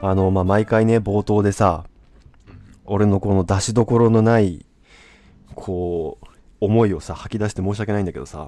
毎回ね、冒頭でさ、 うん。 俺のこの出しどころのない、こう、思いをさ、吐き出して申し訳ないんだけどさ、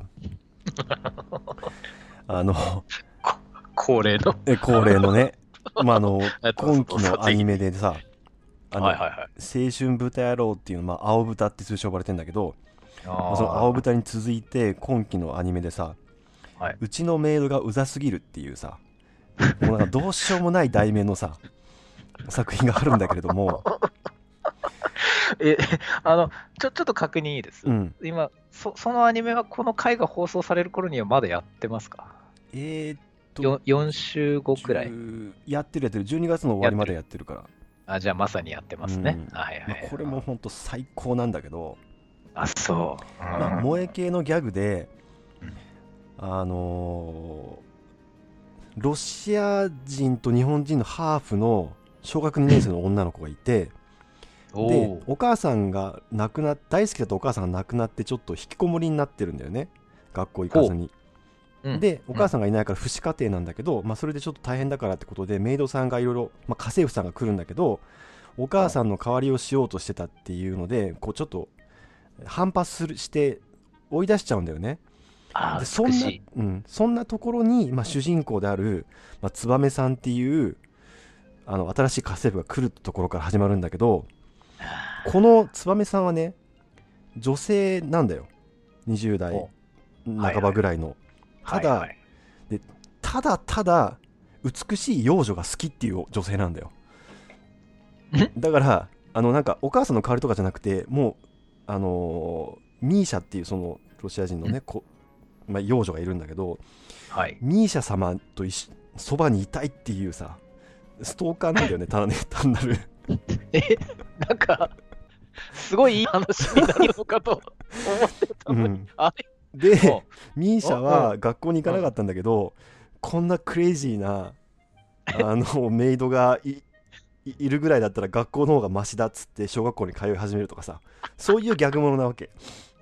あの、 こ恒例の。 恒例のね、 どうぞどうぞ、 今期のアニぜひぜひ。 メでさ、 はいはいはい。 青春豚野郎っていう、青豚って通称呼ばれてんだけど、その青あ豚に続いて、今期のアニメでさ、 あ、はい。 うちのメイドがうざすぎるっていうさ、もうなんかどうしようもない題名のさ、作品があるんだけれども、 え、あの、ちょっと確認いいです。 うん。 今、そのアニメはこの回が放送される頃にはまだやってますか？ えーっと、 4週後くらいやってるやってる、12月の終わりまでやってる。 やってるから。 あ、じゃあまさにやってますね。 うん。 はいはい。 これもほんと最高なんだけど、 あ、そう。 萌え系のギャグで、 うん。 あのロシア人と日本人のハーフの小学2年生の女の子がいて、 おで、 お。 お母さんが亡くなっ大好きだったお母さんが亡くなってちょっと引きこもりになってるんだよね。学校行かずほに。 う。うん。 で、おうん。 母さんがいないから父子家庭なんだけど、それでちょっと大変だからってことで、メイドさんがいろいろ、家政婦さんが来るんだけど、お母さんの代わりをしようとしてたっていうので、こうちょっと反発して追い出しちゃうんだよね。で、 ああ、 そんな、 美しい。 そんなところに、主人公である、燕さんっていう、新しい家政婦が来るところから始まるんだけど、この燕さんはね、女性なんだよ。20代お、はい半はい。 ばぐらいの。ただ、 はいはい。 で、ただ、美しい幼女が好きっていう女性なんだよ。だから、なんか、お母さんの代わりとかじゃなくて、もう、ミーシャっていうその、ロシア人のね、幼女がいるんだけど、 はい。 ミーシャ様とそばにいたいっていうさ、ストーカーなんだよね、ただね、単なる。 え、なんか、すごいいい話になるのかと思ってたのに、 うん。 あれ、 で、 おミーシャうん、 は学校に行かうん。 なかったんだけど、こんなクレイジーな、メイドがいるぐらいだったら学校の方がマシだっつって小学校に通い始めるとかさ、そういうギャグものなわけ。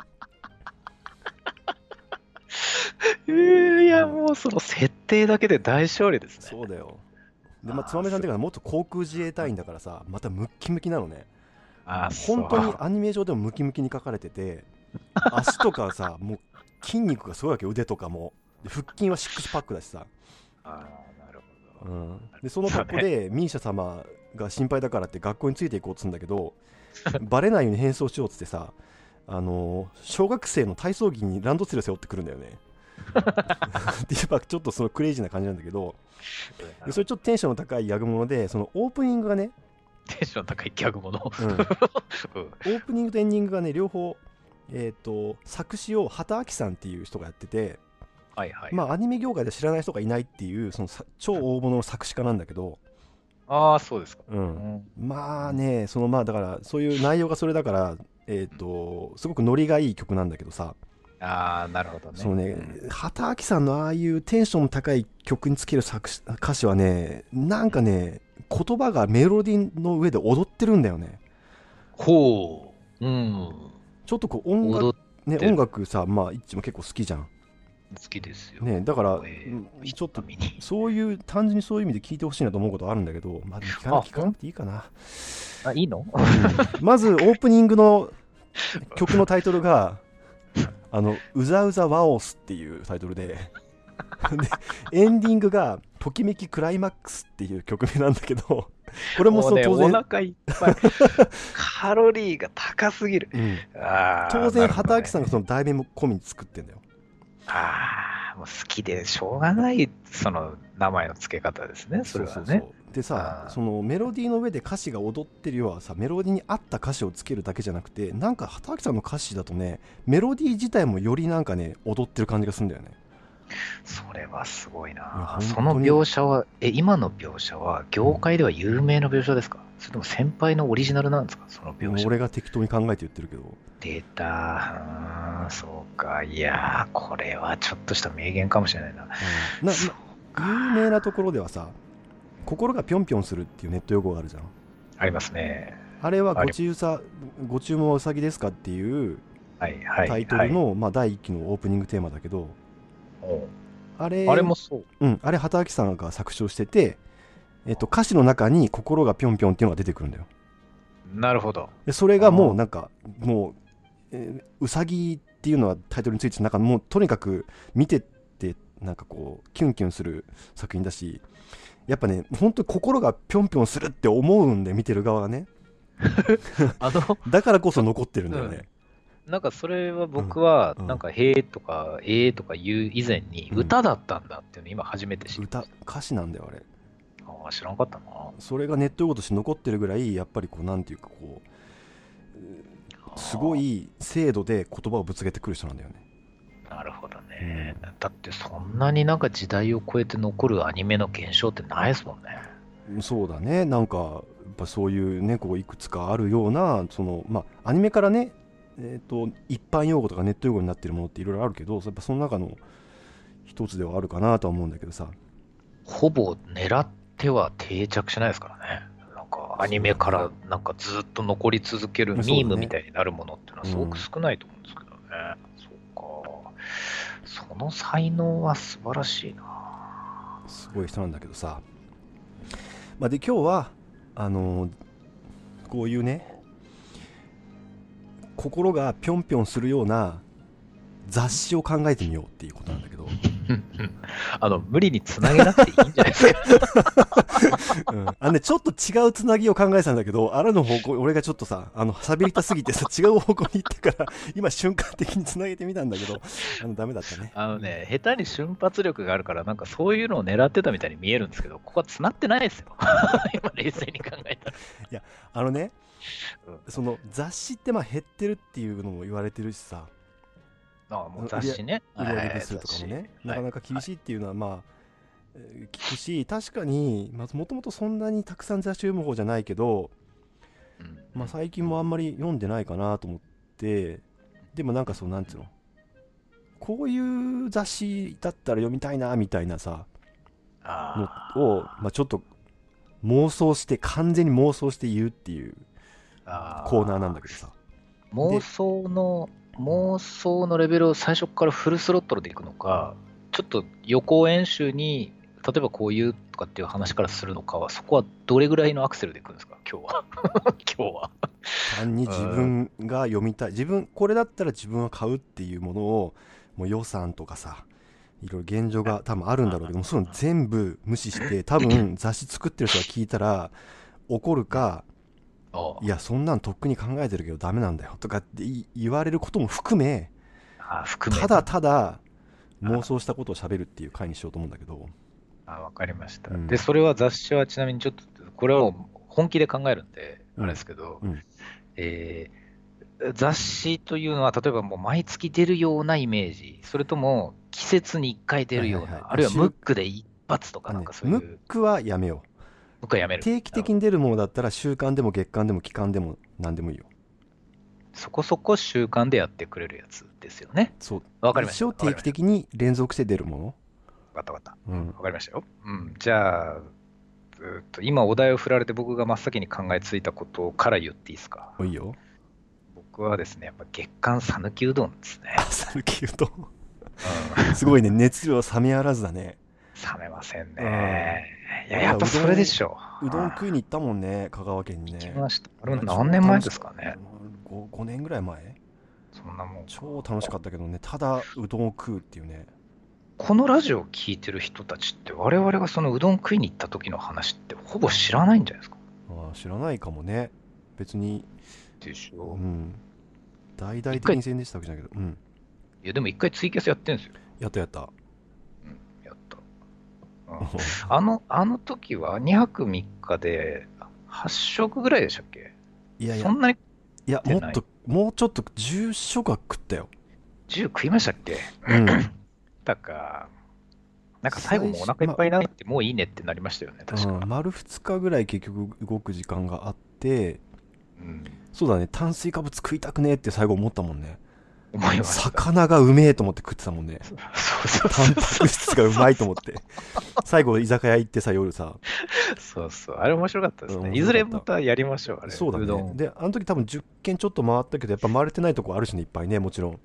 いや、 うん。 もうその設定だけで大勝利ですね。 そうだよ。で、 ああ、 燕さんっていうかすごい。 元航空自衛隊員だからさ、またムッキムキなのね。 ああ、そう。 本当にアニメ上でもムキムキに描かれてて、足とかさ、もう筋肉がすごいわけ、腕とかも。で、腹筋はシックスパックだしさ。 ああ、なるほど。 うん。で、そのそうね。 格好でミーシャ様が心配だからって学校についていこうっつうんだけど、バレないように変装しようっつってさ、小学生の体操着にランドセル背負ってくるんだよね。で、やっぱちょっとそのクレイジーな感じなんだけど、 なるほど。 でそれちょっとテンションの高いギャグもので、そのオープニングがね、 テンション高いギャグもの。 うん、 うん。 オープニングとエンディングがね、両方、作詞を畑明さんっていう人がやってて、 はいはいはい。 アニメ業界で知らない人がいないっていう、その超大物の作詞家なんだけど、 ああ、そうですか。 うん。 うん。うん。 だから、そういう内容がそれだから、すごくノリがいい曲なんだけどさ、 ああ、なるほどね。 そのね、 うん。 畑明さんのああいうテンション高い曲につける歌詞はね、なんかね、言葉がメロディーの上で踊ってるんだよね。 ほう。うん。 ちょっとこう踊ってる。 音楽さ、いっちも結構好きじゃん。 好きですよ。 ね、だから、 人ちょっと、 並みに。 単純にそういう意味で聞いてほしいなと思うことあるんだけど、でもあ、 聞かなくていいかな。 いいの？ うん。まず、オープニングの曲のタイトルが、うざうざワオスっていうタイトルで、で、エンディングが、ときめきクライマックスっていう曲名なんだけど、これももうね、お当然、 腹いっぱい。カロリーが高すぎる。 うん、 ああ、 当然、 なるほど畑明さんがそね。 の題名も込みに作ってんだよ。 ああ、もう好きでしょうがない、その名前の付け方ですね、そそれはね。 うそうそう。でさ、 あそのメロディーの上で歌詞が踊ってるようはさ、メロディーに合った歌詞をつけるだけじゃなくて、なんか畑明さんの歌詞だとね、メロディー自体もよりなんかね、踊ってる感じがするんだよね。 それはすごいいや、 な。その本当に、 描写は、今の描写は、業界では有名な描写ですか？それとも先輩のオリジナルなんですか？そのうん、 描写。 俺が適当に考えて言ってるけど、 出た。そうか。いやー、これはちょっとした名言かもしれないな。 うん、 そう有名なか。 ところではさ、心がぴょんぴょんするっていうネット用語があるじゃん。 ありますね。 あれはあり、 ご注文はうさぎですかっていうはいはタいはい。 イトルの、第1期のオープニングテーマだけど、 おう、あれあれ、 もそう。 あれ畑明さんが作詞をしてて、 歌詞の中に心がぴょんぴょんっていうのが出てくるんだよ。 なるほど。 でそれがもうなんかもう、うさぎっていうのはタイトルについてなんかもうとにかく見てってなんかこうキュンキュンする作品だし、やっぱね本当に心がぴょんぴょんするって思うんで見てる側がねあの、 だからこそ残ってるんだよね。 なんかそれは僕は、 うんなんか、へーとか、とか言う以前に歌だったんだっていうのを今初めて知りました。 歌詞なんだよあれ。 ああ、知らんかったな。 それがネット用語として残ってるぐらいやっぱりこうなんていうかこうすごい精度で言葉をぶつけてくる人なんだよね。 なるほどね。だってそんなになんか時代を超えて残るアニメの現象ってないですもんね。 そうだね。なんかやっぱそういうねこういくつかあるようなそのまあアニメからね一般用語とかネット用語になってるものっていろいろあるけど、やっぱその中の一つではあるかなとは思うんだけどさ。 ほぼ狙っては定着しないですからね。なんかアニメからなんかずっと残り続けるミームみたいになるものっていうのはすごく少ないと思うんですけどね。そうか。その才能は素晴らしいな。 すごい人なんだけどさ。まあ、で今日はこういうね心がぴょんぴょんするような雑誌を考えてみようっていうことなんだけど無理につなげなくていいんじゃないですか。 ね、ちょっと違うつなぎを考えてたんだけど、あらの方向、俺がちょっとさ、喋りたすぎてさ、違う方向に行ってから、今瞬間的につなげてみたんだけど、ダメだったね。 下手に瞬発力があるから、なんかそういうのを狙ってたみたいに見えるんですけど、ここは繋ってないですよ。今冷静に考えたら。 いや、その雑誌ってまあ減ってるっていうのも言われてるしさ、 もう雑誌ね。 売上部数とかもね、なかなか厳しいっていうのはまあ、聞くし、確かにもともとそんなにたくさん雑誌読む方じゃないけど、まあ最近もあんまり読んでないかなと思って、でもなんかそうなんつうの、こういう雑誌だったら読みたいなみたいなさのを、まあ、ちょっと完全に妄想して言うっていうコーナーなんだけどさ、 妄想のレベルを最初からフルスロットルでいくのか、ちょっと予行演習に例えばこういうとかっていう話からするのかは、そこはどれぐらいのアクセルでいくんですか今日は。今日は単に自分が読みたい、これだったら自分は買うっていうものをもう予算とかさ、いろいろ現状が多分あるんだろうけども、そういうの全部無視して、多分雑誌作ってる人が聞いたら怒るか、いやそんなんとっくに考えてるけどダメなんだよとかって言われることも含め、ただただ妄想したことを喋るっていう回にしようと思うんだけど。 わかりました。でそれは雑誌はちなみにちょっとこれを本気で考えるんであれですけど、雑誌というのは例えばもう毎月出るようなイメージ、それとも季節に1回出るような、あるいはムックで一発とかなんかそういう。 ムックはやめよう。定期的に出るものだったら週刊でも月刊でも期間でも何でもいいよ。 そこそこ週刊でやってくれるやつですよね。 そう。 わかりました。 一応定期的に連続して出るもの。 わかった。わかりましたよ。じゃあ、今お題を振られて僕が真っ先に考えついたことから言っていいですか。 いいよ。 僕はですね、やっぱ月刊讃岐うどんですね。 讃岐うどん。すごいね、熱量冷めやらずだね。 冷めませんね。いや、やっぱそれでしょ。 うどん食いに行ったもんね、香川県にね。 行きました。あれ何年前ですかね。 5年ぐらい前。 そんなもん。 超楽しかったけどね、ただうどんを食うっていうね。 このラジオを聞いてる人たちって、我々がそのうどん食いに行った時の話ってほぼ知らないんじゃないですか。 知らないかもね。別に。 でしょ。 大々的に宣伝したわけじゃないけど。 いや、でも一回ツイキャスやってるんですよ。 やった。 やった。あの時は2泊3日で8食ぐらいでしたっけ？ いや、 そんなに？ いや、もうちょっと10食は食ったよ。 10食いましたっけ？だからなんか最後もお腹いっぱいになってもういいねってなりましたよね、確か。 丸2日ぐらい結局動く時間があって、そうだね、炭水化物食いたくねえって最後思ったもんね。 思いました。 魚がうめえと思って食ってたもんね。タンパク質がうまいと思って。最後居酒屋行ってさ、夜さ。 そう。あれ面白かったですね。いずれまたやりましょう、あれ。 そうだね。で、あの時多分10軒ちょっと回ったけど、やっぱ回れてないとこあるしね、いっぱいね、もちろん。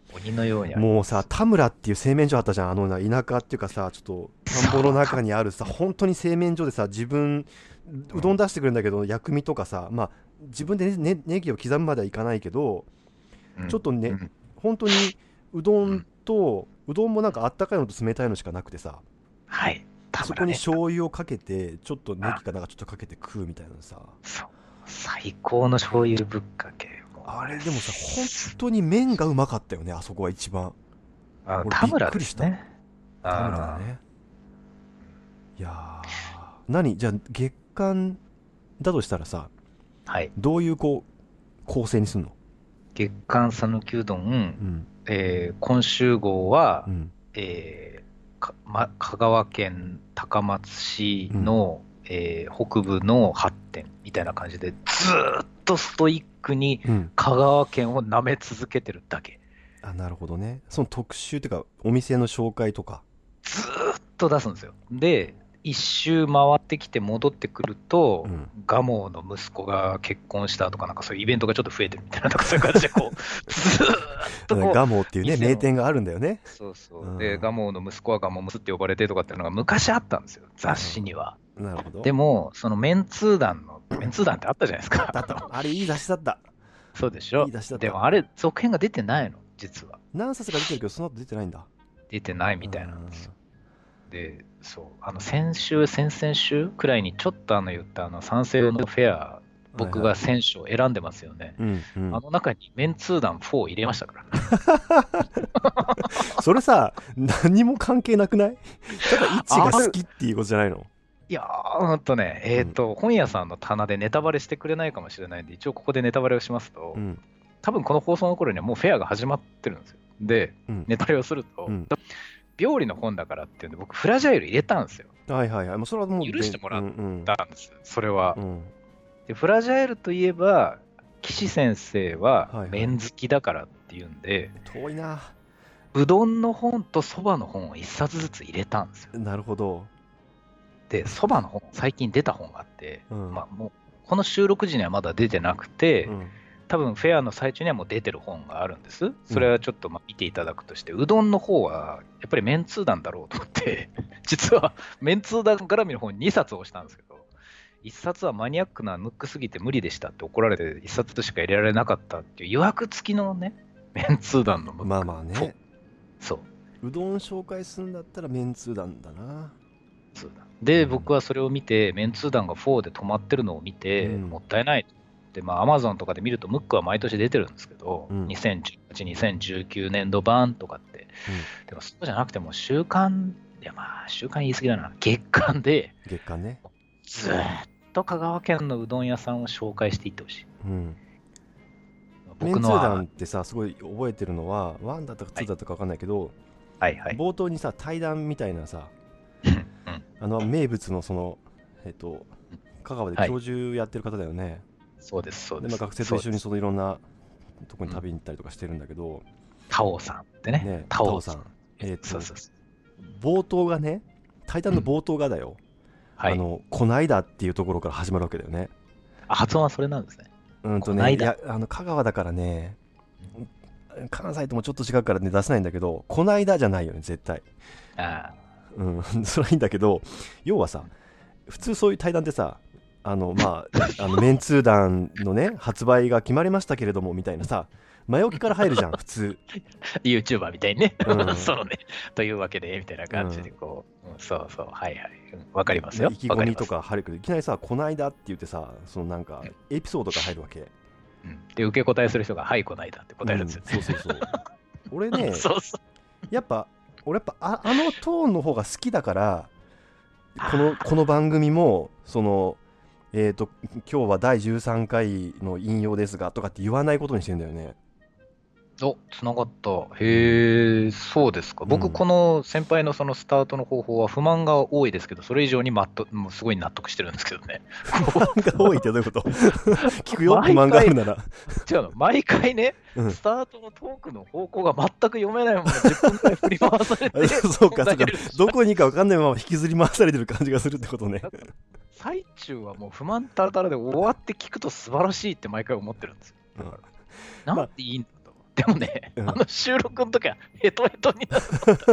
鬼のようにありもうさ、 ます。 田村っていう製麺所あったじゃん。田舎っていうかさ、ちょっと田んぼの中にあるさ、本当に製麺所でさ、自分うどん出してくるんだけど、薬味とかさ、まあ自分でネギを刻むまではいかないけど、 うんちょっとね、 うん、 本当にうどうん、 うどんもなんかあったかいのと冷たいのしかなくてさ、 はい。田そこに村ね。 醤油をかけて、ちょっとネあ、 ギかなんかちょっとかけて食うみたいなのさ、 そう。最高の醤油ぶっかけ。もうあれでもさ、本当に麺がうまかったよね、あそこは一番。俺びっ田村くりした。 ですね。 田村だあね。いやじゃあ月間だとしたらさ、 はい。 どういうこう構成にすんの？ 月刊讃岐うどん、 うん今週号は、 うん香川県高松市うんの、北部の発展みたいな感じで、ずーっとストイックにうん。 香川県を舐め続けてるだけ。 あ、なるほどね。その特集っていうかお店の紹介とか。 ずーっと出すんですよ。で、一周回ってきて戻ってくると、 うん蒲生の息子が結婚したとか、なんかそういうイベントがちょっと増えてるみたいな、なんかそういう感じで、こう、ずーっとこう、 蒲生っていうね店の名店があるんだよね。 そうそうう。 んで、蒲生の息子は蒲生息って呼ばれてとかっていうのが昔あったんですよ、雑誌には。 なるほど。 でも、そのメンツー団ってあったじゃないですか。 だったあれいい雑誌だった。 そうでしょ。 いい雑誌だった。 でもあれ、続編が出てないの、実は。 何冊か出てるけどその後出てないんだ。 出てないみたいなんですよ。で、そう、先週、先々週くらいにちょっと言った三省堂のフェア、僕が選手を選んでますよね。 うんうん。 あの中にメンツー団4入れましたから。 それさ、何も関係なくない？ただ位置が好きっていうことじゃないの？ いやー、本屋さんの棚でネタバレしてくれないかもしれないんで、一応ここでネタバレをしますと、 うん多分この放送の頃にはもうフェアが始まってるんですよ。で、 うんネタバレをすると、 うん。 病理の本だからっていうんで、僕、フラジャイル入れたんですよ。 はいはいはい。もうそれはもう許してもらっうんたんです、それはう。んで、フラジャイルといえば、岸先生ははいはい麺好きだからっていうんで、 遠いな。 うどんの本とそばの本を一冊ずつ入れたんですよ。 なるほど。 で、そばの本、最近出た本があって、 うんまあもう、この収録時にはまだ出てなくて、 うん多分フェアの最中にはもう出てる本があるんです。それはちょっと見ていただくとして、うどんの方はやっぱりメンツー団だろうと思って、実はメンツー団絡みの本2冊押したんですけど、1冊はマニアックなムックすぎて無理でしたって怒られて、1冊しか入れられなかったっていう、予約付きのね、メンツー団のムック。 まあまあね。 そう。 うどん紹介するんだったらメンツー団だな。 そうだで、僕はそれを見て、メンツー団が4で止まってるのを見て、 うんもったいない。で、まあ、アマゾンとかで見ると、ムックは毎年出てるんですけど、 うん 2018、2019年度版とかって、でもそうじゃなくても、週刊言い過ぎだな、月間で、 月間ね。 ずーっと香川県のうどん屋さんを紹介していってほしい。 うんメンツー僕のは、 団ってさ、すごい覚えてるのは、1だったか2だったか分かんないけど、 はいはい。 冒頭にさ、対談みたいなさ、 うん名物の香川ではい教授やってる方だよね。 そうです、そうで、 です。 学生と一緒にそうですいろんなとこに旅に行ったりとかしてるんだけど、 タオさんってね。 ね、 タオタオさん。 そうそうそう。 冒頭がね、対談の冒頭がだよ、 はい。 こないだっていうところから始まるわけだよね。 発音はそれなんですね。こね、 ないだいや、香川だからね、関西ともちょっと違うからね、出せないんだけど、こないだじゃないよね、絶対。 あそれはいいんだけど、要はさ、普通そういう対談ってさ、メンツー団のね、発売が決まりましたけれども、みたいなさ、前置きから入るじゃん、普通。 YouTuber みたいにね。 うんそのね、というわけで、みたいな感じで、こう、そうそう、はいはい。わかりますよ。 意気込みとわか入るけど、いきなりさ、こないだって言ってさ、そのなんか、エピソードが入るわけ。 ります。で、受け答えする人が、はい、こないだって答えるんですよ。 そうそうそう。俺ね、 そうそ俺やっぱあのトーンの方が好きだから、この番組も、今日は第13回の引用ですがとかって言わないことにしてんだよね。 お、つながった。へえ、そうですか。僕、この先輩のそのスタートの方法は不満が多いですけど、それ以上にもうすごい納得してるんですけどね。 不満が多いってどういうこと？聞くよ、不満があるなら。 違うの、毎回ね、 うんスタートのトークの方向が全く読めないまま10分くらい振り回されて、 そうか、そうか投げるでし。ょどこにいいか分かんないまま引きずり回されてる感じがするってことね。 最中はもう不満たらたらで終わって聞くと素晴らしいって毎回思ってるんですよ。 うんなんていいんだと。 でもね、 うん収録の時はヘトヘトになる。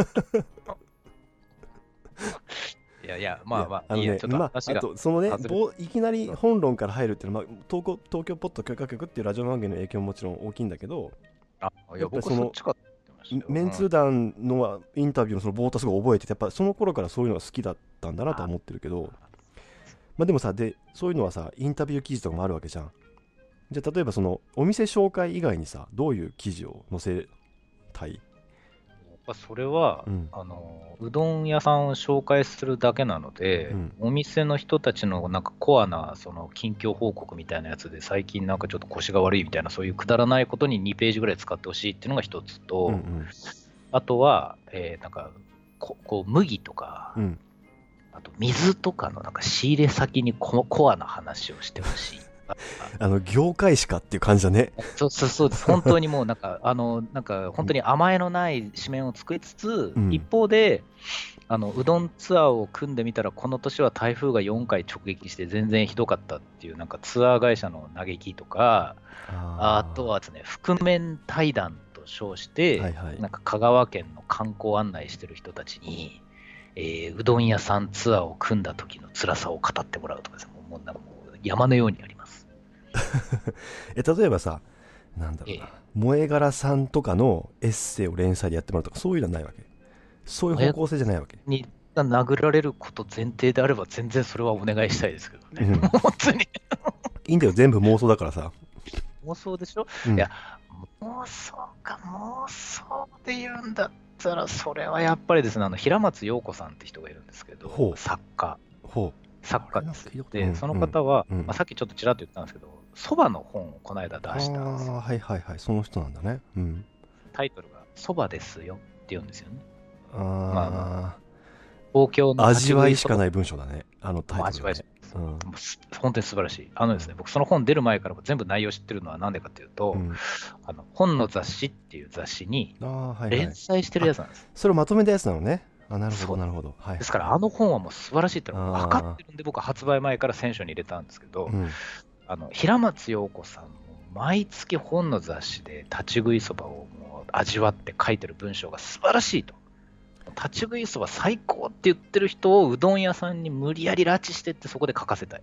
いやいや、まあまあ、いいや、ちょっとまあ、 話があとそのね外れいきなり本論から入るっていうのは、まあ、東京ポッド許可局っていうラジオ番組の影響ももちろん大きいんだけど、 あ、いや、僕やっぱりそのそっちかって言ってましたよ。 メンツー団のインタビューのその冒頭すごい覚えてて、やっぱその頃からそういうのが好きだったんだなとは思ってるけど、まあでもさ、そういうのはさ、インタビュー記事とかもあるわけじゃん。じゃあ例えばそのお店紹介以外にさ、どういう記事を載せたい？ やっぱそれは、 うんうどん屋さんを紹介するだけなので、 うんお店の人たちのなんかコアなその近況報告みたいなやつで、最近なんかちょっと腰が悪いみたいな、そういうくだらないことに2ページぐらい使ってほしいっていうのが一つと、 うんあとは、なんか麦とか、 うんあと水とかのなんか仕入れ先にコアな話をしてほしい。 業界誌かっていう感じだね。 そうです。本当にもうなんか、なんか本当に甘えのない紙面を作りつつ、 うん一方で、うどんツアーを組んでみたら、この年は台風が4回直撃して全然ひどかったっていう、なんかツアー会社の嘆きとか、あとはですね、覆面対談と称して、 はいはいなんか香川県の観光案内してる人たちに、うどん屋さんツアーを組んだ時の辛さを語ってもらうとかですね、もうなんかもう山のようにあります。 例えばさ、なんだろうな、萌え柄さんとかのエッセイを連載でやってもらうとか、そういうのはないわけ？そういう方向性じゃないわけ？ に殴られること前提であれば、全然それはお願いしたいですけどね。 うん本当に。 いいんだよ、全部妄想だからさ。 妄想でしょ、 うんいや、妄想で言うんだったら、それはやっぱりですね、平松陽子さんって人がいるんですけど、 ほう作家ほ作家ですあれなんか聞いた。ことで、 うんその方は、 うんまあ、さっきちょっとちらっと言ったんですけど、そばの本をこの間出う。 したんですよ。 はいはいはい、その人なんだね。うん。 タイトルが、そばですよって言うんですよね。 あま東京のあ、味わいしかいない文章だね。タイトルがね。 味わいじゃないです。 うんもう本当に素晴らしい。ですね、僕、その本出る前からも全部内容知ってるのは何でかっていうと、 うん。 本の雑誌っていう雑誌にああ、はいはい連。載してるやつなんです。 それをまとめたやつなのね。あ、なるほそうどなるほど。はい。 ですから、本はもう素晴らしいってのは分かってるんで、僕は発売前から選書に入れたんですけど、 うん。 平松陽子さんも毎月本の雑誌で立ち食いそばをもう味わって書いてる文章が素晴らしいと。立ち食いそば最高って言ってる人をうどん屋さんに無理やり拉致してってそこで書かせたい。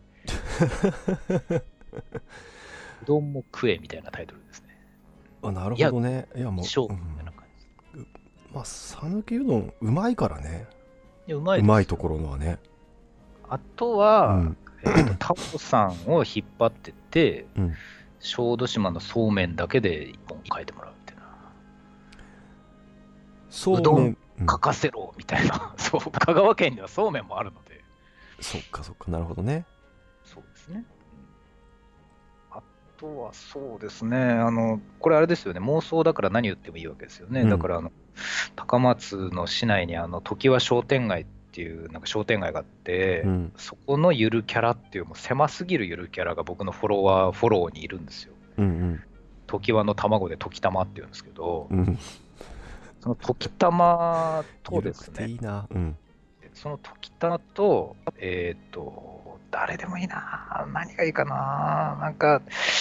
うどんも食えみたいなタイトルですね。 あ、なるほどね。いやもう、 勝負みたいな感じです。 まあ、讃岐うどんうまいからね。 いやうまいですようまいところのはね。 あとは、 うんタコさんを引っ張ってって、 うん小豆島のそうめんだけで一本書いてもらうみたいな。 そううどんめん、うん書かせろみたいな。そう、香川県にはそうめんもあるので。 そっかそっか、なるほどね。 そうですね。あとはそうですね、これあれですよね、妄想だから何言ってもいいわけですよね。 うんだから高松の市内に常盤商店街っていうなんか商店街があって、 うんそこのゆるキャラっていうもう狭すぎるゆるキャラが僕のフォローにいるんですよ。 うん常盤の卵で時玉っていうんですけど、 うんうんその時玉とですね、 緩くていいな。うんその時玉と、誰でもいいな、何がいいかな、なんか、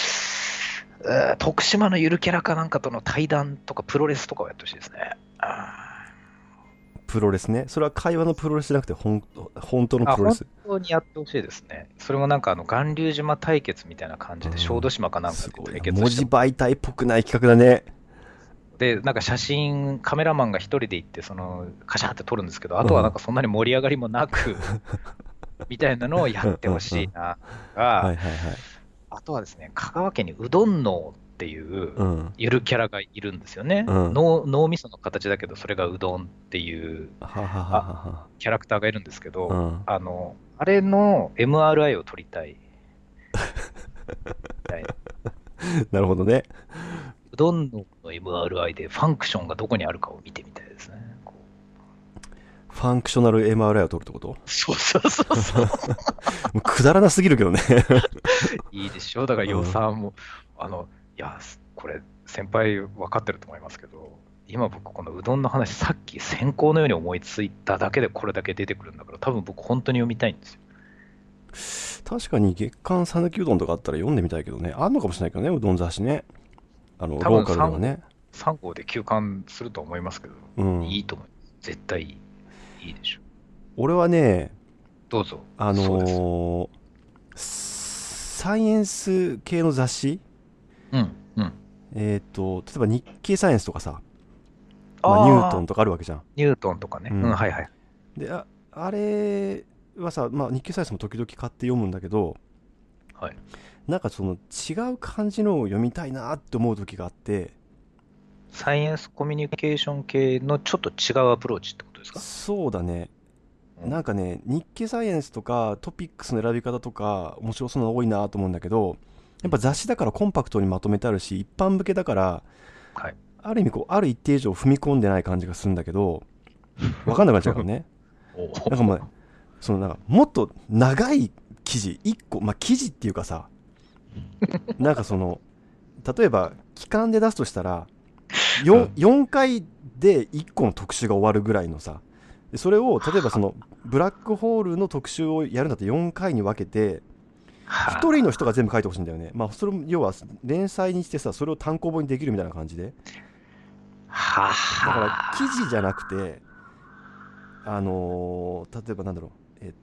徳島のゆるキャラかなんかとの対談とかプロレスとかをやってほしいですね。 プロレスね。それは会話のプロレスじゃなくて本当のプロレス。 本当にやってほしいですね。それもなんか巌流島対決みたいな感じで、小豆島かなんかですごいな。 対決して文字媒体っぽくない企画だね。 で、なんかカメラマンが一人で行って、カシャって撮るんですけど、あとはなんかそんなに盛り上がりもなく、みたいなのをやってほしいな、 はいが、 はいはい。 あとはですね、香川県にうどんのっていううんゆるキャラがいるんですよね。 うん脳みその形だけど、それがうどんっていうははははキャラクターがいるんですけど、 うんあれの MRI を取りたい。みたいななるほどね。 うどんの MRI でファンクションがどこにあるかを見てみたいですね。 ファンクショナル MRI を取るってこと？もそうそうそうそう。 うくだらなすぎるけどね。 いいでしょう。だから予算も、いや、これ、先輩分かってると思いますけど、今僕、このうどんの話、さっき先行のように思いついただけでこれだけ出てくるんだから、多分僕、本当に読みたいんですよ。 確かに月刊讃岐うどんとかあったら読んでみたいけどね。あんのかもしれないけどね、うどん雑誌ね。ロ多分ーカルではね。 3号で休刊すると思いますけど、 うん、 いいと思います。絶対いいでしょう。 俺はね、 どうぞ。 あそうです。 のサイエンス系の雑誌、 うん、うん。 例えば日経サイエンスとかさ、まあ、ニュートああ、 ンとかあるわけじゃん。 ニュートンとかね。うん、 うん。 はいはい。 で、あれはさ、まあ、日経サイエンスも時々買って読むんだけど、 はい。 なんかその違う感じのを読みたいなって思う時があって、 サイエンスコミュニケーション系のちょっと違うアプローチってことですか？ そうだね。 うん。 なんかね、日経サイエンスとかトピックスの選び方とか面白そうなの多いなと思うんだけど、やっぱ雑誌だからコンパクトにまとめてあるし、一般向けだから、 はい。 ある意味こう、ある一定以上踏み込んでない感じがするんだけど、わかんなくなっちゃうからね。 おなんかもう、 ーそのなんか、もっと長い記事、一個、まあ記事っていうかさ、なんかその、例えば、期間で出すとしたら、4回で1個の特集が終わるぐらいのさ、でそれを、例えばその、ブラックホールの特集をやるんだって4回に分けて、1人の人が全部書いてほしいんだよね。まあ、それ要は、連載にしてさ、それを単行本にできるみたいな感じで。 はだから、記事じゃなは。 くて、例えばなんだろう、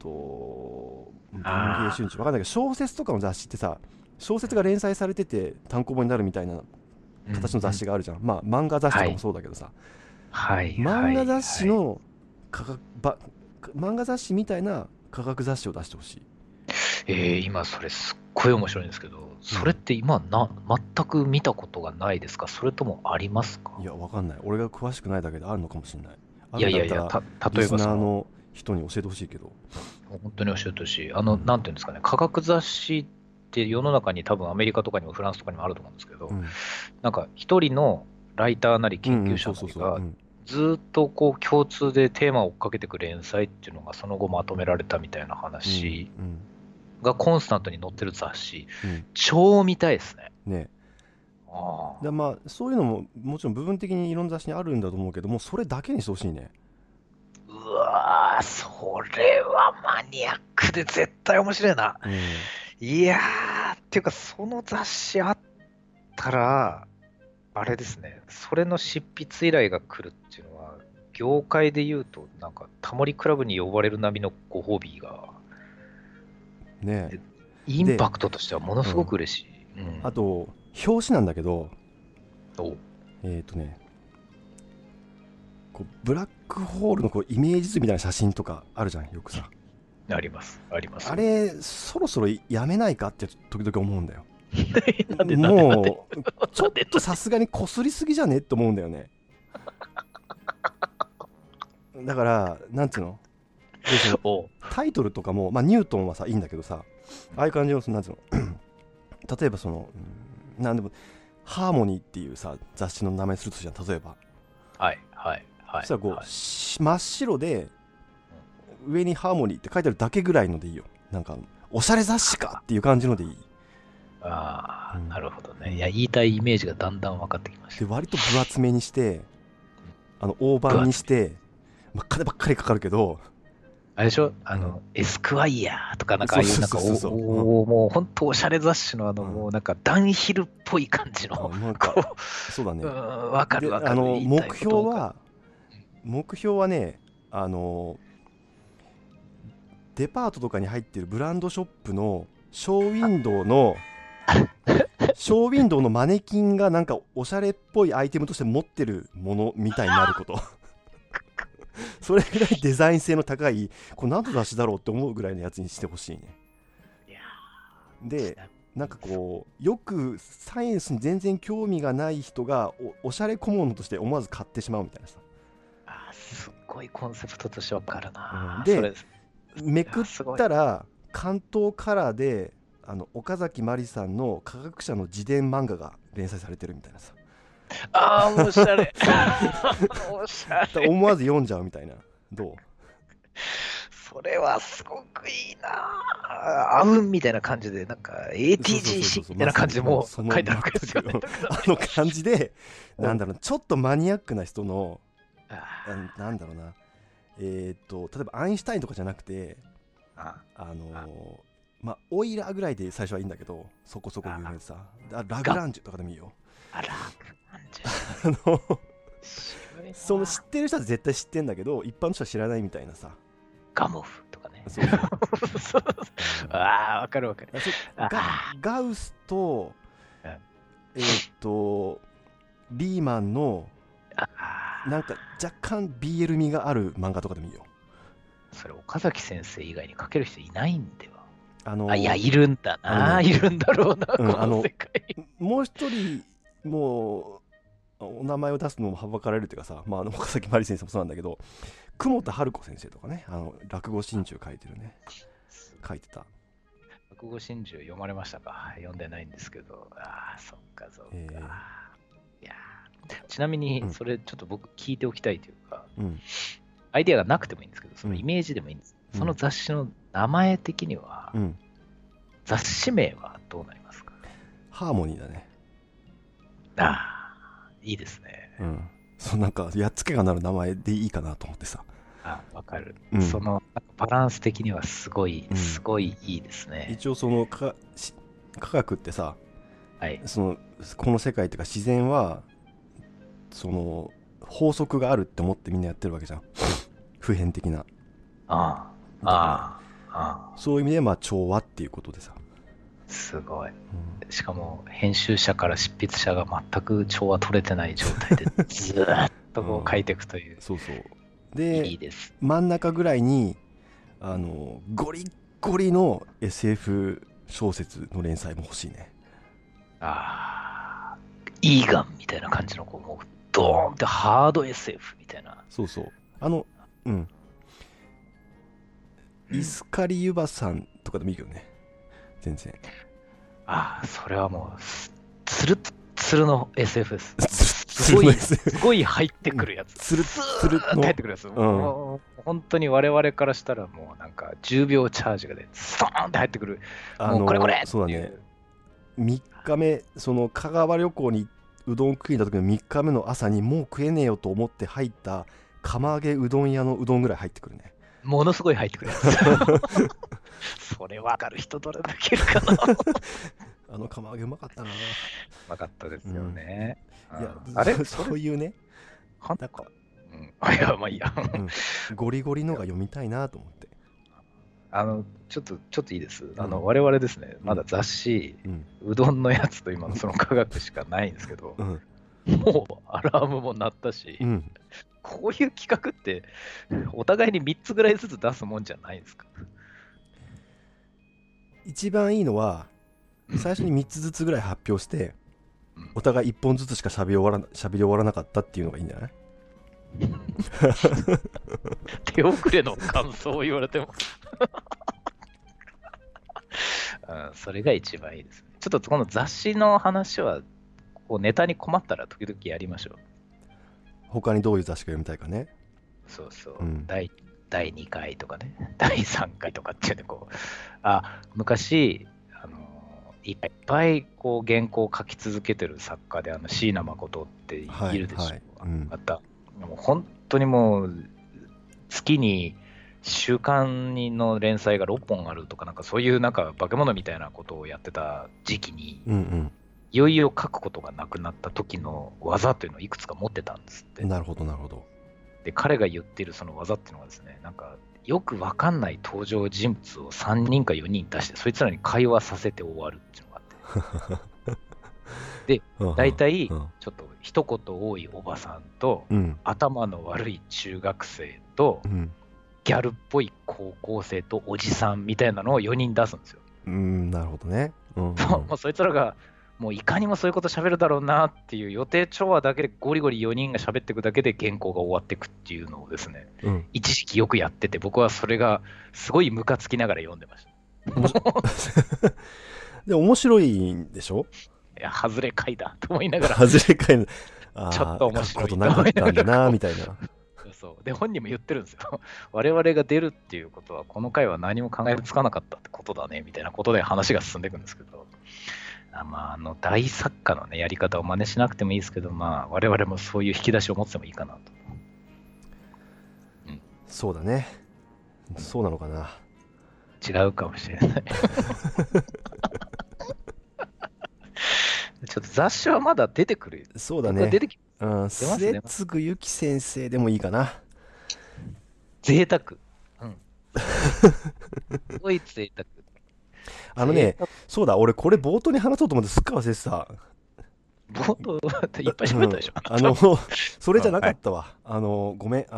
文藝春秋、わかんないけど、小説とかの雑誌ってさ、小説が連載されてて単行本になるみたいなうん、 形のうん。 雑誌があるじゃん。まあ、漫画雑誌とかもはい。 そうだけどさ、 はい、はい、 漫画雑誌はい。 の価格ば、漫画雑誌みたいな価格雑誌を出してほしい。 今それすっごい面白いんですけど、それっうん。 て今全く見たことがないですか？それともありますか？ いや、わかんない。俺が詳しくないだけであるのかもしれない。あいやいやいや、 るんだったら、リ例えスばその、 ナーの人に教えてほしいけど。 本当におっしゃるとし、 うん。 なんていうんですかね、科学雑誌って世の中に多分アメリカとかにもフランスとかにもあると思うんですけど、 うん。 なんか一人のライターなりうんうん、 研究者そうそうそう。うなりがん。 ずっとこう共通でテーマを追っかけていく連載っていうのがその後まとめられたみたいなうん。 話うん。 がコンスタントに載ってる雑誌、 うん。 超見たいですね。 ね。で、 ああ。 まあ、そういうのももちろん部分的にいろんな雑誌にあるんだと思うけども、それだけにしてほしいね。 うわー、それはマニアックで絶対面白いな。 うん。 いやー、っていうかその雑誌あったら、あれですね、それの執筆依頼が来るっていうのは、業界で言うと、なんか、タモリクラブに呼ばれる並みのご褒美が、 ねでインで、 パクトとしてはものすごうん。 く嬉しい。うん。 あと、表紙なんだけど、 お、 えっ、とね、こうブラックホールのこうイメージ図みたいな写真とかあるじゃん、よくさ。 あります。ありますよ。 あれ、そろそろやめないかって時々思うんだよ。 なんで、 もう、ちょっとさなんで。 すがにこすりすぎじゃねって思うんだよね。だから、なんつうので、その、 お、 タイトルとかも、まあ、ニュートンはさ、いいんだけどさ、ああいう感じの、なんつうの、例えばその、なんでも、ハーモニーっていうさ、雑誌の名前するとするじゃん、例えば。 はい、はい、はい、 そしたらこう、 はい。 真っ白で、 うん、 上にハーモニーって書いてあるだけぐらいのでいいよ。なんか、おしゃれ雑誌かっていう感じのでいい。うああ、なん。 るほどね。いや、 うん。 言いたいイメージがだんだん分かってきましで、 た。 割と分厚めにして、大判に分厚み。 して、まあ、金ばっかりかかるけど、 あれでしょうん。 エスクワイヤーとかなんかああいうそうそうそうそうそう。うん。 もう本当おしゃれ雑誌のうん。 もうなんかダウンヒルっぽい感じの、 なんか、 こう、 そうだね。 わかるで、 わかる。言いたいことわかる。 目標はね、あの、デパートとかに入ってるブランドショップのショーウィンドウの、ショーウィンドウのマネキンがなんかおしゃれっぽいアイテムとして持ってるものみたいになること。それぐらいデザイン性の高い、これ何の雑誌だろうって思うぐらいのやつにしてほしいね。 いやー、ちで、 ななんかみにそう。 こう、よくサイエンスに全然興味がない人がおしゃれ小物として思わず買ってしまうみたいなさ。 すっごいコンセプトとしてわかるうん、 な。そで、 れ、いや、 めくっすごい。 たら、関東カラーで、岡崎まりさんの科学者の自伝漫画が連載されてるみたいなさ。 ああ、おしゃれ。おしゃれ。 思わず読んじゃうみたいな。どそれはすごくいいなぁ。あうんみたいな感じで、なんかう？そうそうそうそう ATGC そう、 みたいなまさに感じでもそのう書いてあるわけですよね。 全くだから感じで、 うん。 ちょっとマニアックな人の、 あなんだろうな、例えばアインシュタインとかじゃなくて、 あ、 ああのまあ、オイラーぐらいで最初はいいんだけど、そこそこ有名あ、 でさ、ラグが、 ランジュとかでもいいよ。 あら、感じ。 の渋いな。 その知ってる人は絶対知ってんだけど一般の人は知らないみたいなさ。 ガモフとかね。 そうそうそうああ、わかるわかる。 ガウスとうんリーマンのあなんか若干 BL 味がある漫画とかでもいいよ。 それ岡崎先生以外に描ける人いないんでは。 いや、いるんだな、いるんだろうな、この世界。 もう一人、もう、お名前を出すのもはばかられるというかさ、岡崎まり先生もそうなんだけど、久保田春子先生とかね、落語心中書いてるね、書いてた。 落語心中読まれましたか？読んでないんですけど、そっかそっか。いやちなみに、それちょっと僕聞いておきたいというか、アイディアがなくてもいいんですけど、そのイメージでもいいんです。その雑誌の名前的には、雑誌名はどうなりますか？ ハーモニーだね。 いいですね。 なんかやっつけがなる名前でいいかなと思ってさ。 わかる。そのバランス的にはすごいいいですね。 一応その科学ってさ、この世界っていうか自然はその法則があるって思ってみんなやってるわけじゃん。普遍的な。そういう意味で調和っていうことでさ。 すごい。しかも編集者から執筆者が全く調和取れてない状態でずーっとこう書いていくという。 そうそう。で、 いいです。 真ん中ぐらいにゴリッゴリの SF 小説の連載も欲しいね。 イーガンみたいな感じのもうドーンってハード SF みたいな。 そうそう。イスカリユバさんとかでもいいけどね。全然。 それはもうツルッツルの SF です。すごい入ってくるやつ。 ツルッツルの入ってくるやつ。もう本当に我々からしたらもうなんか10秒チャージがでストーンって入ってくる。もうこれそうだね。3日目、その香川旅行にうどん食いに行った時の3日目の朝にもう食えねえよと思って入った釜揚げうどん屋のうどんぐらい入ってくるね。 ものすごい入ってくるやつ。それ分かる人どれだけいるかな。 釜揚げうまかったな。うまかったですよね。 あれそういうね。 なんか、いや、まあいいや。 ゴリゴリのが読みたいなと思って。 ちょっといいです。我々ですね、まだ雑誌、うどんのやつと今のその科学しかないんですけど、もうアラームも鳴ったし、こういう企画ってお互いに3つぐらいずつ出すもんじゃないですか。 一番いいのは最初に3つずつぐらい発表して、お互い1本ずつしか喋り終わらなかったっていうのがいいんじゃない？ 手遅れの感想を言われてもそれが一番いいですね。ちょっとこの雑誌の話はこうネタに困ったら時々やりましょう。 他にどういう雑誌が読みたいかね。 そう、第2回とかね、第3回とかっていうね、昔いっぱいこう原稿を書き続けてる作家で椎名誠っているでしょう。またもう本当にもう月に週刊の連載が6本あるとか、なんかそういうなんか化け物みたいなことをやってた時期に、いよいよ書くことがなくなった時の技というのをいくつか持ってたんですって。 なるほどなるほど。 で彼が言っているその技っていうのはですね、なんかよくわかんない登場人物を3人か4人出してそいつらに会話させて終わるっていうのがあってで大体ちょっと一言多いおばさんと、頭の悪い中学生と、ギャルっぽい高校生とおじさんみたいなのを4人出すんですよ。 なるほどね。 そいつらがもういかにもそういうこと喋るだろうなっていう予定調和だけでゴリゴリ4人が喋っていくだけで原稿が終わっていくっていうのをですね、一時期よくやってて、僕はそれがすごいムカつきながら読んでました。 で面白いんでしょ？ いや、外れ回だと思いながら。 外れ回ちょっと面白いことなかったんだなみたいな。 そうで本人も言ってるんですよ。我々が出るっていうことはこの回は何も考えつかなかったってことだねみたいなことで話が進んでいくんですけど、大作家のねやり方を真似しなくてもいいですけど、我々もそういう引き出しを持ってもいいかなと。 そうだね。そうなのかな。 違うかもしれない。ちょっと雑誌はまだ出てくる。 そうだね。 出てきうん、 出ます末出ます。 次由紀先生でもいいかな。 贅沢。うん。すごい贅沢。 あのね、 贅沢。 そうだ、俺これ冒頭に話そうと思ってすっかり忘れてた。 冒頭っていっぱいうん、 喋ったでしょ、あなた。 それじゃなはい。 かったわ。ごめん、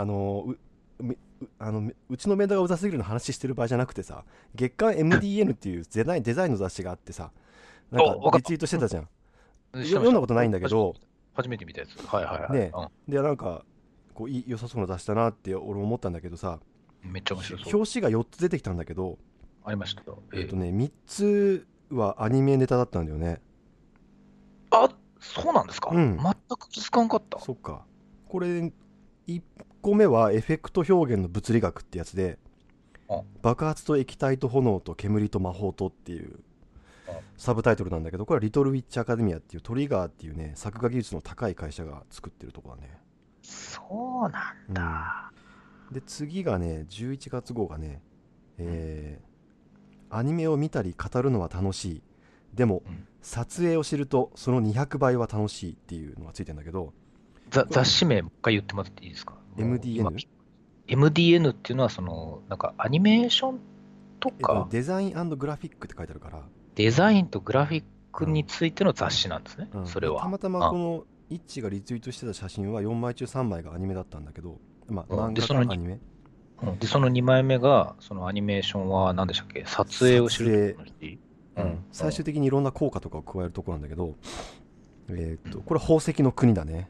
うちのメンタがうざすぎるの話してる場合じゃなくてさ、月刊 MDN っていうデザインの雑誌があってさ、なんかお、わかった。 リツイートしてたじゃん。 してました。 読んだことないんだけど、 初めて見たやつ。はいはいね、 はい。 で、なんか、こう良さそうな雑誌だなって俺思ったんだけどさ、 うん。めっちゃ面白そう。 表紙が4つ出てきたんだけど、 ありました。ええ。 3つはアニメネタだったんだよね。 あ、そうなんですか。 うん、 全く気づかんかった。 そっか。これ、1個目はエフェクト表現の物理学ってやつで、 うん爆発と液体と炎と煙と魔法とっていううん。 サブタイトルなんだけど、これはリトルウィッチアカデミアっていうトリガーっていうね、作画技術の高い会社が作ってるとこだね。 そうなんうん。 だ。 で、次がね、11月号がね、 うん。 アニメを見たり語るのは楽しい。でも、 うん。 撮影を知るとその200倍は楽しいっていうのがついてんだけど、これ雑誌名もう一回言ってもらっていいですか？もう今、 MDN？ MDN っていうのはなんかアニメーションとかデザイングラフィックって書いてあるから、 デザインとグラフィックにうん。 ついての雑誌なんですね。 うん。で、たそれは。 またまあ、 このイッチがリツイートしてた写真は4枚中3枚がアニメだったんだけど、まあ、 うん。で、 漫画かアニメ。 その2枚目が、そのアニメーションは何でしたっけ？撮影を知ると撮影、 きの日。うん。 うん。 うん。 最終的にいろんな効果とかを加えるところなんだけど、これ宝石の国だね。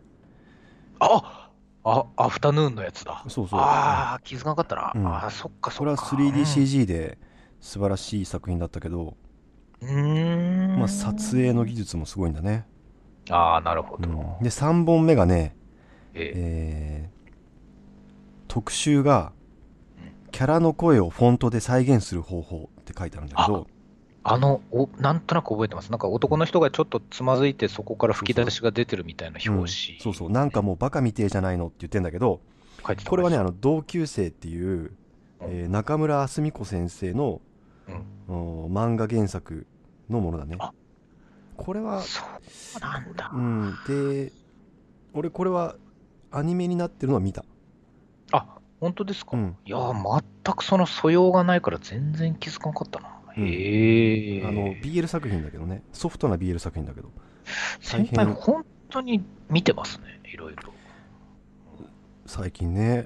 アフタヌーンのやつだ。 そうそああ、気づかなかったな。 う。うん。 ああ、そっかそこれはっか。うん。 3DCG で素晴らしい作品だったけど、 うーまあ、撮影の技ん。 術もすごいんだね。 ああ、なるほど。 うん。で、3本目がね、 ええ。 えー特集がうん。 キャラの声をフォントで再現する方法って書いてあるんだけあ、 ど、 なんとなく覚えてます。なんか男の人がちょっとつまずいてそこからそうそう。 吹き出しが出てるみたいな表うん。そうそう。 紙ですね。 なんかもうバカみてえじゃないのって言ってんだけど、 書いてた、 これはね、 書いてた。 同級生っていう、 うん。 中村澄子先生のうん。 漫画原作のものだね。 あ、 これは、 そうなんだ。 うん。で、俺これはアニメになってるのは見た。 あ、本当ですか？ うん。 いやー、全くその素養がないから全然気づかなかったな。 うん。 へえ。 BL 作品だけどね。ソフトな BL 作品だけど。大先輩、 変本当に見てますね、いろいろ。 最近ね。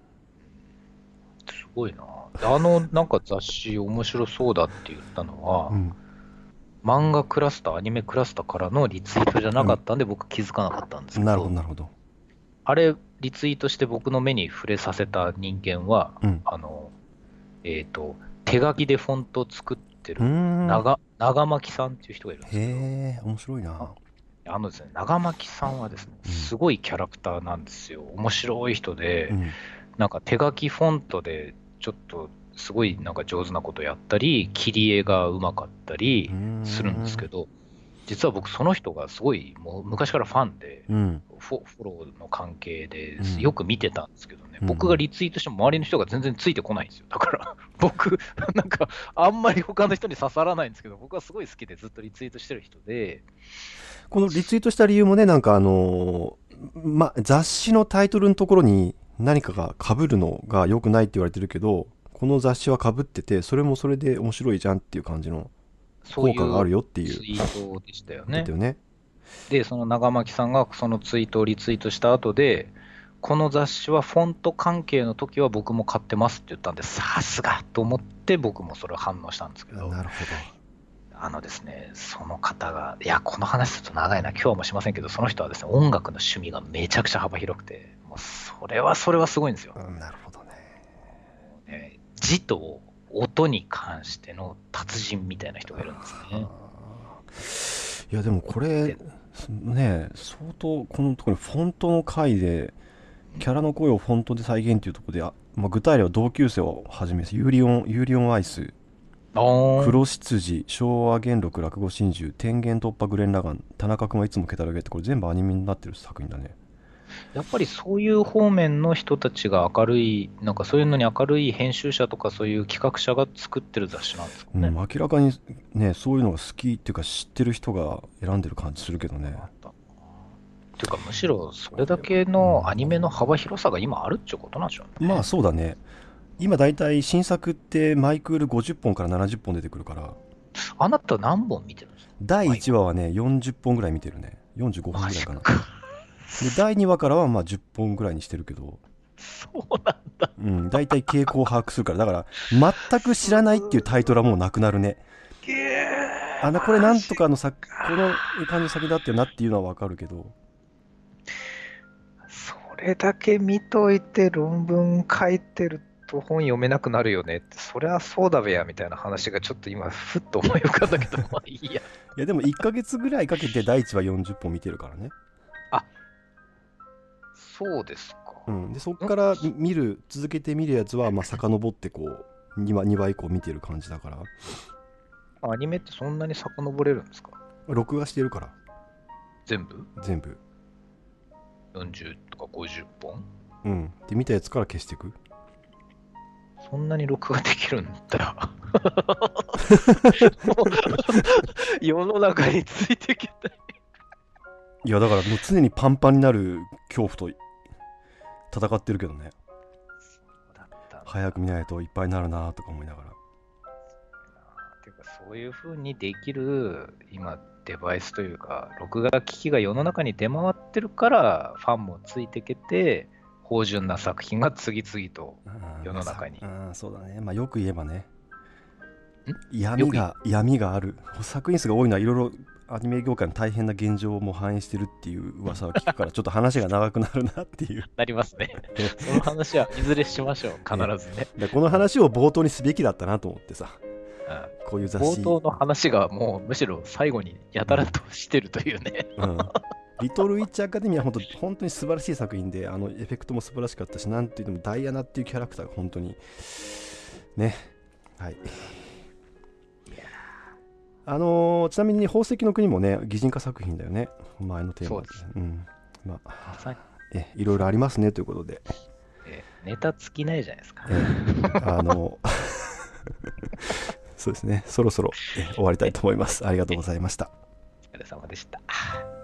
すごいな。なんか雑誌面白そうだって言ったのは、 うん。 漫画クラスター、アニメクラスターからのリツイートじゃなかうったんで僕気づかなかったんですん。なるほど、 けど、 なるほど。 あれ、リツイートして僕の目に触れさせた人間は、 うん。 あの、えっと、手書きでフォントを作ってうーるん。 長巻さんっていう人がいるんですけど、 へえ、面白いあな。 ですね、長巻さんはですね、 うん。 すごいキャラクターなんですよ。面白い人で、 うん。 なんか手書きフォントでちょっとすごいなんか上手なことやったり、切り絵がうまかったうーりするんですけん。 ど、実は僕その人がすごいもう昔からファンで、 うん。 フォローの関係でうん。 よく見てたんですけどね、 うん。うん。 僕がリツイートしても周りの人が全然ついてこないんですよ。だから僕、なんかあんまり他の人に刺さらないんですけど、僕はすごい好きでずっとリツイートしてる人で、 このリツイートした理由もね、なんか雑誌のタイトルのところに何かが被るのが良くないって言われてるけど、この雑誌は被ってて、それもそれで面白いじゃんっていう感じの効果があそういうるよっていうツイートでしたよね。 だったよね。 で、その長巻さんがそのツイートをリツイートした後で、この雑誌はフォント関係の時は僕も買ってますって言ったんで、さすがと思って僕もそれを反応したんですけど、 なるほど。 あのですね、その方が、いや、この話すると長いな、今日はもしませんけど、その人はですね、音楽の趣味がめちゃくちゃ幅広くて、もうそれはすごいんですよ。 うん、なるほどね。 字と音に関しての達人みたいな人がいるんですね。 いやでもこれで、 ね、相当このところにフォントの回でキャラの声をフォントで再現っていうところで、具体例は同級生をはじめユーリオンアイス、 あー黒執事、昭和元禄落語真珠、天元突破グレン・ラガン、田中君はいつもケタロゲってこれ全部アニメになってる作品だね。 やっぱりそういう方面の人たちが明るい、なんかそういうのに明るい編集者とかそういう企画者が作ってる雑誌なんですかうん、 ね。 明らかにね、そういうのが好きっていうか知ってる人が選んでる感じするけどね。 あったな。 ていうか、むしろそれだけのアニメの幅広さが今あるってことなんでしょうね。 まあそうだね。今だいたい新作ってマイクール50本から70本出てくるから、 あなた何本見てるんですか？ 第1話はね、40本ぐらい見てるね。45本ぐらいかな。 マジか。 で、第2話からはまあ10本ぐらいにしてるけど、 そうなんだ。 うん、だいたい傾向を把握するから、だから、全く知らないっていうタイトルはもうなくなるね。これなんとかの作、この感じの作品だったよなっていうのはわかるけど、 それだけ見といて論文書いてると本読めなくなるよねって、そりゃそうだべやみたいな話がちょっと今ふっと思い浮かんだけど、まあいいや。 いやでも1ヶ月ぐらいかけて第1話40本見てるからね。 あ、そうですか。 うん。で、そっから続けて見るやつは、まあ遡ってこう、2話以降見てる感じだから、 アニメってそんなに遡れるんですか？ 録画してるから、 全部全部。 40とか50本？ うん。で、見たやつから消していく。 そんなに録画できるんだ。世の中についていけない。 いや、だからもう常にパンパンになる恐怖と戦ってるけどね。 そうだったんだ。 早く見ないといっぱいになるなとか思いながら。 ていうかそういう風にできる今デバイスというか録画機器が世の中に出回ってるからファンもついてけて芳醇な作品が次々と世の中に。 そうだね。まあよく言えばね、 よく闇がある作品数が多いのはいろいろアニメ業界の大変な現状も反映してるっていう噂を聞くからちょっと話が長くなるなっていうなりますね。その話はいずれしましょう、必ずね。 でこの話を冒頭にすべきだったなと思ってさ、こういう雑誌冒頭の話がもうむしろ最後にやたらとしてるというね。 リトルウィッチアカデミアは本当に素晴らしい作品で、エフェクトも素晴らしかったし、なんていうのもダイアナっていうキャラクターが本当にね、はい。ちなみに宝石の国もね、擬人化作品だよね、前のテーマで。まあ、いろいろありますねということで。 ネタ尽きないじゃないですか。 そうですね、そろそろ終わりたいと思います。ありがとうございました。 お疲れ様でした。